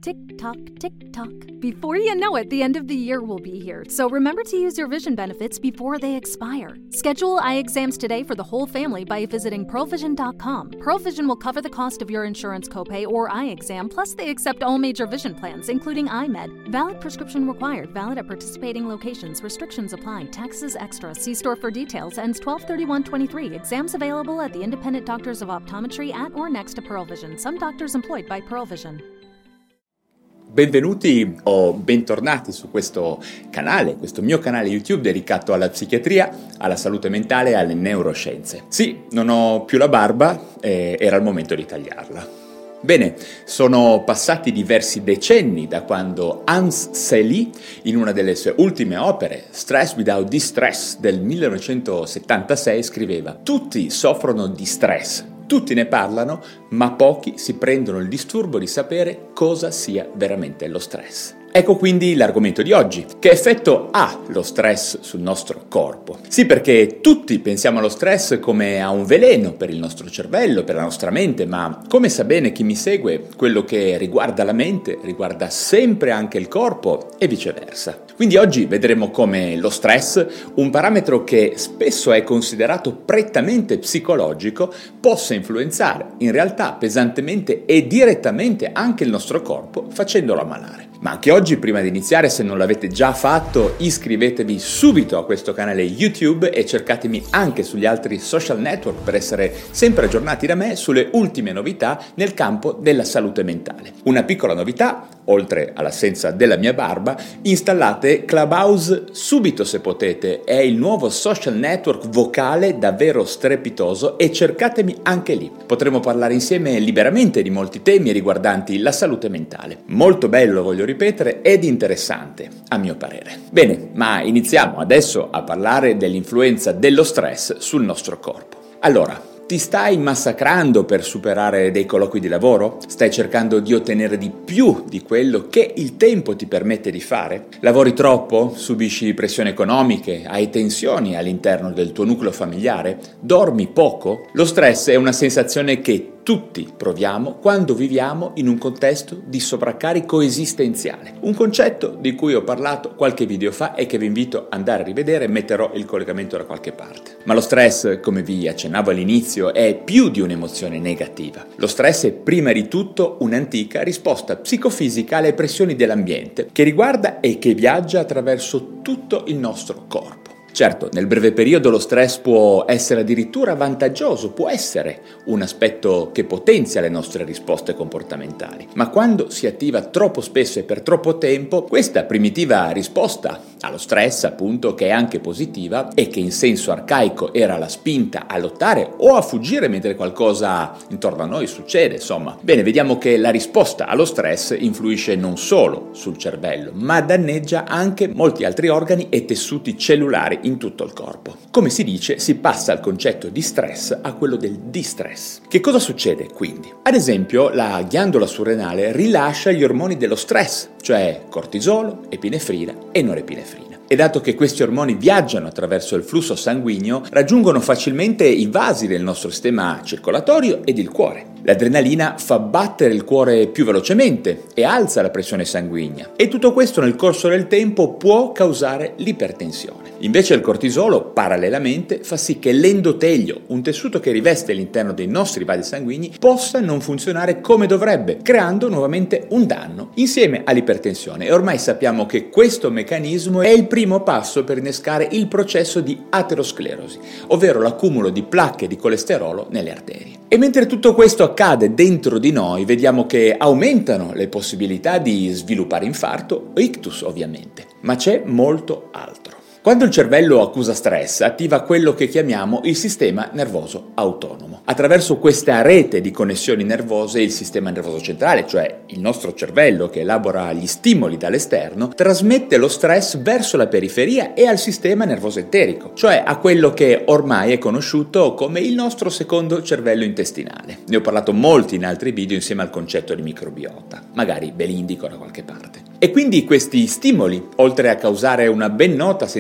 Tick-tock, tick-tock. Before you know it, the end of the year will be here, so remember to use your vision benefits before they expire. Schedule eye exams today for the whole family by visiting pearlvision.com. Pearl Vision will cover the cost of your insurance copay or eye exam, plus they accept all major vision plans, including iMed. Valid prescription required. Valid at participating locations. Restrictions apply. Taxes extra. See store for details. Ends 12/31/23. Exams available at the independent doctors of optometry at or next to Pearl Vision. Some doctors employed by Pearl Vision. Benvenuti o bentornati su questo canale, questo mio canale YouTube dedicato alla psichiatria, alla salute mentale e alle neuroscienze. Sì, non ho più la barba e era il momento di tagliarla. Bene, sono passati diversi decenni da quando Hans Selye, in una delle sue ultime opere, Stress Without Distress del 1976, scriveva: tutti soffrono di stress. Tutti ne parlano, ma pochi si prendono il disturbo di sapere cosa sia veramente lo stress. Ecco quindi l'argomento di oggi. Che effetto ha lo stress sul nostro corpo? Sì, perché tutti pensiamo allo stress come a un veleno per il nostro cervello, per la nostra mente, ma come sa bene chi mi segue, quello che riguarda la mente riguarda sempre anche il corpo e viceversa. Quindi oggi vedremo come lo stress, un parametro che spesso è considerato prettamente psicologico, possa influenzare in realtà pesantemente e direttamente anche il nostro corpo, facendolo ammalare. Ma anche oggi, prima di iniziare, se non l'avete già fatto, iscrivetevi subito a questo canale YouTube e cercatemi anche sugli altri social network per essere sempre aggiornati da me sulle ultime novità nel campo della salute mentale. Una piccola novità, oltre all'assenza della mia barba, installate Clubhouse subito se potete, è il nuovo social network vocale davvero strepitoso e cercatemi anche lì. Potremo parlare insieme liberamente di molti temi riguardanti la salute mentale. Molto bello, voglio ripetere, ed interessante, a mio parere. Bene, ma iniziamo adesso a parlare dell'influenza dello stress sul nostro corpo. Allora, ti stai massacrando per superare dei colloqui di lavoro? Stai cercando di ottenere di più di quello che il tempo ti permette di fare? Lavori troppo? Subisci pressioni economiche? Hai tensioni all'interno del tuo nucleo familiare? Dormi poco? Lo stress è una sensazione che tutti proviamo quando viviamo in un contesto di sovraccarico esistenziale. Un concetto di cui ho parlato qualche video fa e che vi invito ad andare a rivedere, metterò il collegamento da qualche parte. Ma lo stress, come vi accennavo all'inizio, è più di un'emozione negativa. Lo stress è prima di tutto un'antica risposta psicofisica alle pressioni dell'ambiente, che riguarda e che viaggia attraverso tutto il nostro corpo. Certo, nel breve periodo lo stress può essere addirittura vantaggioso, può essere un aspetto che potenzia le nostre risposte comportamentali, ma quando si attiva troppo spesso e per troppo tempo, questa primitiva risposta allo stress, appunto, che è anche positiva e che in senso arcaico era la spinta a lottare o a fuggire mentre qualcosa intorno a noi succede, insomma. Bene, vediamo che la risposta allo stress influisce non solo sul cervello, ma danneggia anche molti altri organi e tessuti cellulari in tutto il corpo. Come si dice, si passa al concetto di stress a quello del distress. Che cosa succede quindi? Ad esempio, la ghiandola surrenale rilascia gli ormoni dello stress, cioè cortisolo, epinefrina e norepinefrina. E dato che questi ormoni viaggiano attraverso il flusso sanguigno, raggiungono facilmente i vasi del nostro sistema circolatorio ed il cuore. L'adrenalina fa battere il cuore più velocemente e alza la pressione sanguigna. E tutto questo nel corso del tempo può causare l'ipertensione. Invece il cortisolo, parallelamente, fa sì che l'endotelio, un tessuto che riveste l'interno dei nostri vasi sanguigni, possa non funzionare come dovrebbe, creando nuovamente un danno insieme all'ipertensione. E ormai sappiamo che questo meccanismo è il primo passo per innescare il processo di aterosclerosi, ovvero l'accumulo di placche di colesterolo nelle arterie. E mentre tutto questo accade dentro di noi, vediamo che aumentano le possibilità di sviluppare infarto o ictus, ovviamente. Ma c'è molto altro. Quando il cervello accusa stress, attiva quello che chiamiamo il sistema nervoso autonomo. Attraverso questa rete di connessioni nervose, il sistema nervoso centrale, cioè il nostro cervello che elabora gli stimoli dall'esterno, trasmette lo stress verso la periferia e al sistema nervoso enterico, cioè a quello che ormai è conosciuto come il nostro secondo cervello intestinale. Ne ho parlato molti in altri video insieme al concetto di microbiota, magari ve li indico da qualche parte. E quindi questi stimoli, oltre a causare una ben nota sensazione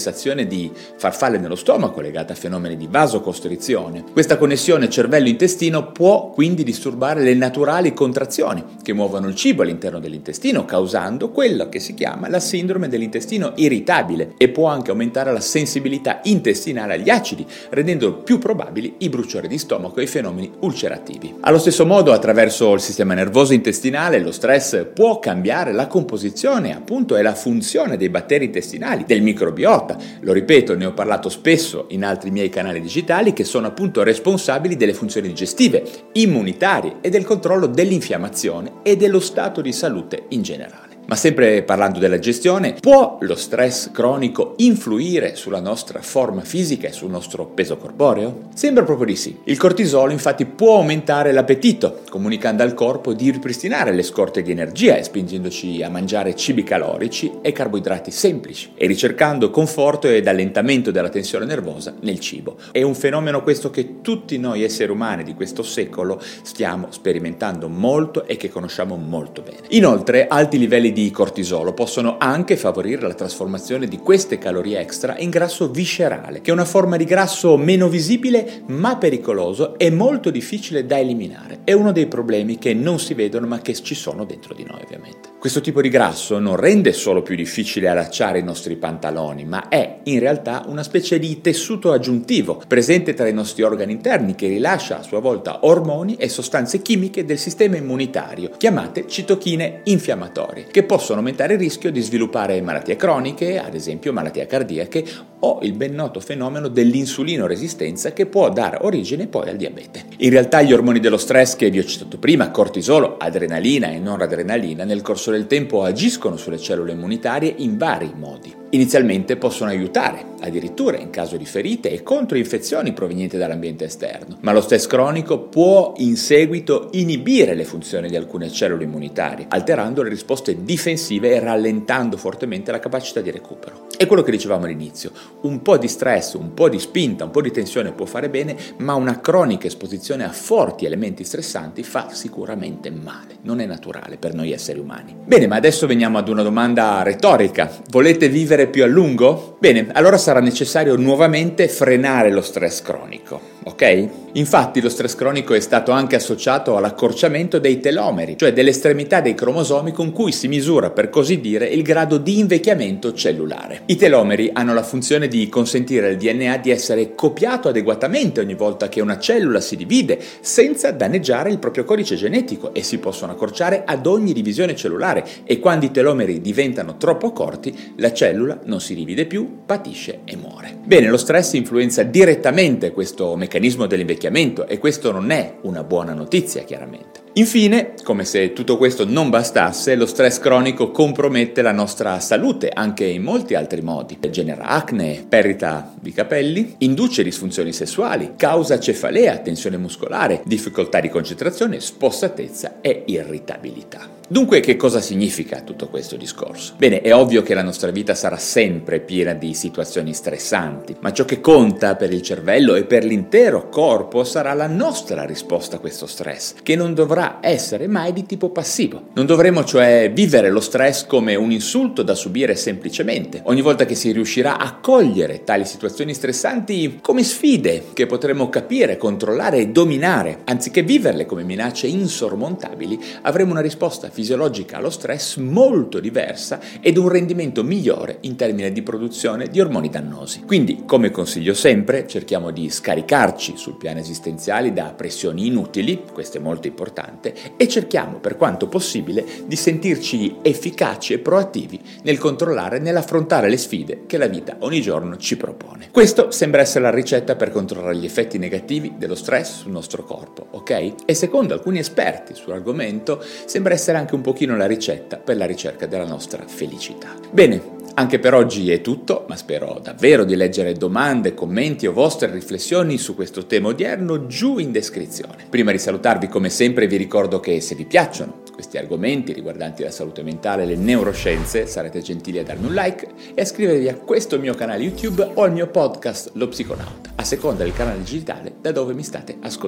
sensazione di farfalle nello stomaco legata a fenomeni di vasocostrizione. Questa connessione cervello-intestino può quindi disturbare le naturali contrazioni che muovono il cibo all'interno dell'intestino, causando quello che si chiama la sindrome dell'intestino irritabile, e può anche aumentare la sensibilità intestinale agli acidi, rendendo più probabili i bruciori di stomaco e i fenomeni ulcerativi. Allo stesso modo, attraverso il sistema nervoso intestinale, lo stress può cambiare la composizione, appunto, e la funzione dei batteri intestinali, del microbiota. Lo ripeto, ne ho parlato spesso in altri miei canali digitali, che sono appunto responsabili delle funzioni digestive, immunitarie e del controllo dell'infiammazione e dello stato di salute in generale. Ma sempre parlando della gestione, può lo stress cronico influire sulla nostra forma fisica e sul nostro peso corporeo? Sembra proprio di sì. Il cortisolo infatti può aumentare l'appetito, comunicando al corpo di ripristinare le scorte di energia e spingendoci a mangiare cibi calorici e carboidrati semplici, e ricercando conforto ed allentamento della tensione nervosa nel cibo. È un fenomeno questo che tutti noi esseri umani di questo secolo stiamo sperimentando molto e che conosciamo molto bene. Inoltre, alti livelli di cortisolo possono anche favorire la trasformazione di queste calorie extra in grasso viscerale, che è una forma di grasso meno visibile ma pericoloso e molto difficile da eliminare. È uno dei problemi che non si vedono ma che ci sono dentro di noi, ovviamente. Questo tipo di grasso non rende solo più difficile allacciare i nostri pantaloni, ma è in realtà una specie di tessuto aggiuntivo presente tra i nostri organi interni, che rilascia a sua volta ormoni e sostanze chimiche del sistema immunitario, chiamate citochine infiammatorie, che possono aumentare il rischio di sviluppare malattie croniche, ad esempio malattie cardiache, o il ben noto fenomeno dell'insulinoresistenza, che può dare origine poi al diabete. In realtà gli ormoni dello stress che vi ho citato prima, cortisolo, adrenalina e noradrenalina, nel corso del tempo agiscono sulle cellule immunitarie in vari modi. Inizialmente possono aiutare, addirittura in caso di ferite e contro infezioni provenienti dall'ambiente esterno, ma lo stress cronico può in seguito inibire le funzioni di alcune cellule immunitarie, alterando le risposte difensive e rallentando fortemente la capacità di recupero. È quello che dicevamo all'inizio: un po' di stress, un po' di spinta, un po' di tensione può fare bene, ma una cronica esposizione a forti elementi stressanti fa sicuramente male. Non è naturale per noi esseri umani. Bene, ma adesso veniamo ad una domanda retorica. Volete vivere più a lungo? Bene, allora sarà necessario nuovamente frenare lo stress cronico, ok? Infatti lo stress cronico è stato anche associato all'accorciamento dei telomeri, cioè dell'estremità dei cromosomi con cui si misura, per così dire, il grado di invecchiamento cellulare. I telomeri hanno la funzione di consentire al DNA di essere copiato adeguatamente ogni volta che una cellula si divide, senza danneggiare il proprio codice genetico, e si possono accorciare ad ogni divisione cellulare, e quando i telomeri diventano troppo corti, la cellula non si divide più, patisce e muore. Bene, lo stress influenza direttamente questo meccanismo dell'invecchiamento, e questo non è una buona notizia, chiaramente. Infine, come se tutto questo non bastasse, lo stress cronico compromette la nostra salute anche in molti altri modi. Genera acne, perdita di capelli, induce disfunzioni sessuali, causa cefalea, tensione muscolare, difficoltà di concentrazione, spossatezza e irritabilità. Dunque, che cosa significa tutto questo discorso? Bene, è ovvio che la nostra vita sarà sempre piena di situazioni stressanti, ma ciò che conta per il cervello e per l'intero corpo sarà la nostra risposta a questo stress, che non dovrà essere mai di tipo passivo. Non dovremo cioè vivere lo stress come un insulto da subire semplicemente. Ogni volta che si riuscirà a cogliere tali situazioni stressanti come sfide che potremo capire, controllare e dominare, anziché viverle come minacce insormontabili, avremo una risposta fisiologica allo stress molto diversa ed un rendimento migliore in termini di produzione di ormoni dannosi. Quindi, come consiglio sempre, cerchiamo di scaricarci sul piano esistenziale da pressioni inutili, questo è molto importante, e cerchiamo per quanto possibile di sentirci efficaci e proattivi nel controllare e nell'affrontare le sfide che la vita ogni giorno ci propone. Questo sembra essere la ricetta per controllare gli effetti negativi dello stress sul nostro corpo, ok? E secondo alcuni esperti sull'argomento sembra essere anche un pochino la ricetta per la ricerca della nostra felicità. Bene, anche per oggi è tutto, ma spero davvero di leggere domande, commenti o vostre riflessioni su questo tema odierno giù in descrizione. Prima di salutarvi, come sempre, vi ricordo che se vi piacciono questi argomenti riguardanti la salute mentale e le neuroscienze, sarete gentili a darmi un like e a iscrivervi a questo mio canale YouTube o al mio podcast Lo Psiconauta, a seconda del canale digitale da dove mi state ascoltando.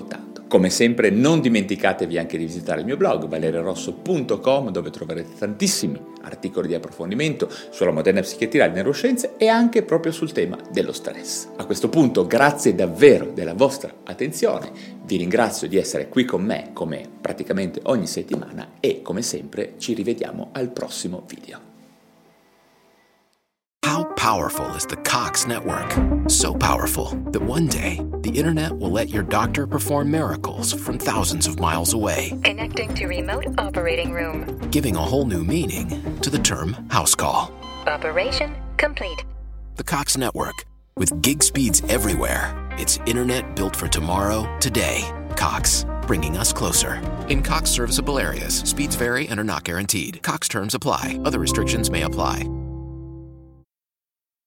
Come sempre non dimenticatevi anche di visitare il mio blog valeriorosso.com, dove troverete tantissimi articoli di approfondimento sulla moderna psichiatria e le neuroscienze e anche proprio sul tema dello stress. A questo punto grazie davvero della vostra attenzione, vi ringrazio di essere qui con me come praticamente ogni settimana e come sempre ci rivediamo al prossimo video. How powerful is the Cox network? So powerful that one day the internet will let your doctor perform miracles from thousands of miles away. Connecting to remote operating room. Giving a whole new meaning to the term house call. Operation complete. The Cox network. With gig speeds everywhere. It's internet built for tomorrow, today. Cox, bringing us closer. In Cox serviceable areas, speeds vary and are not guaranteed. Cox terms apply. Other restrictions may apply.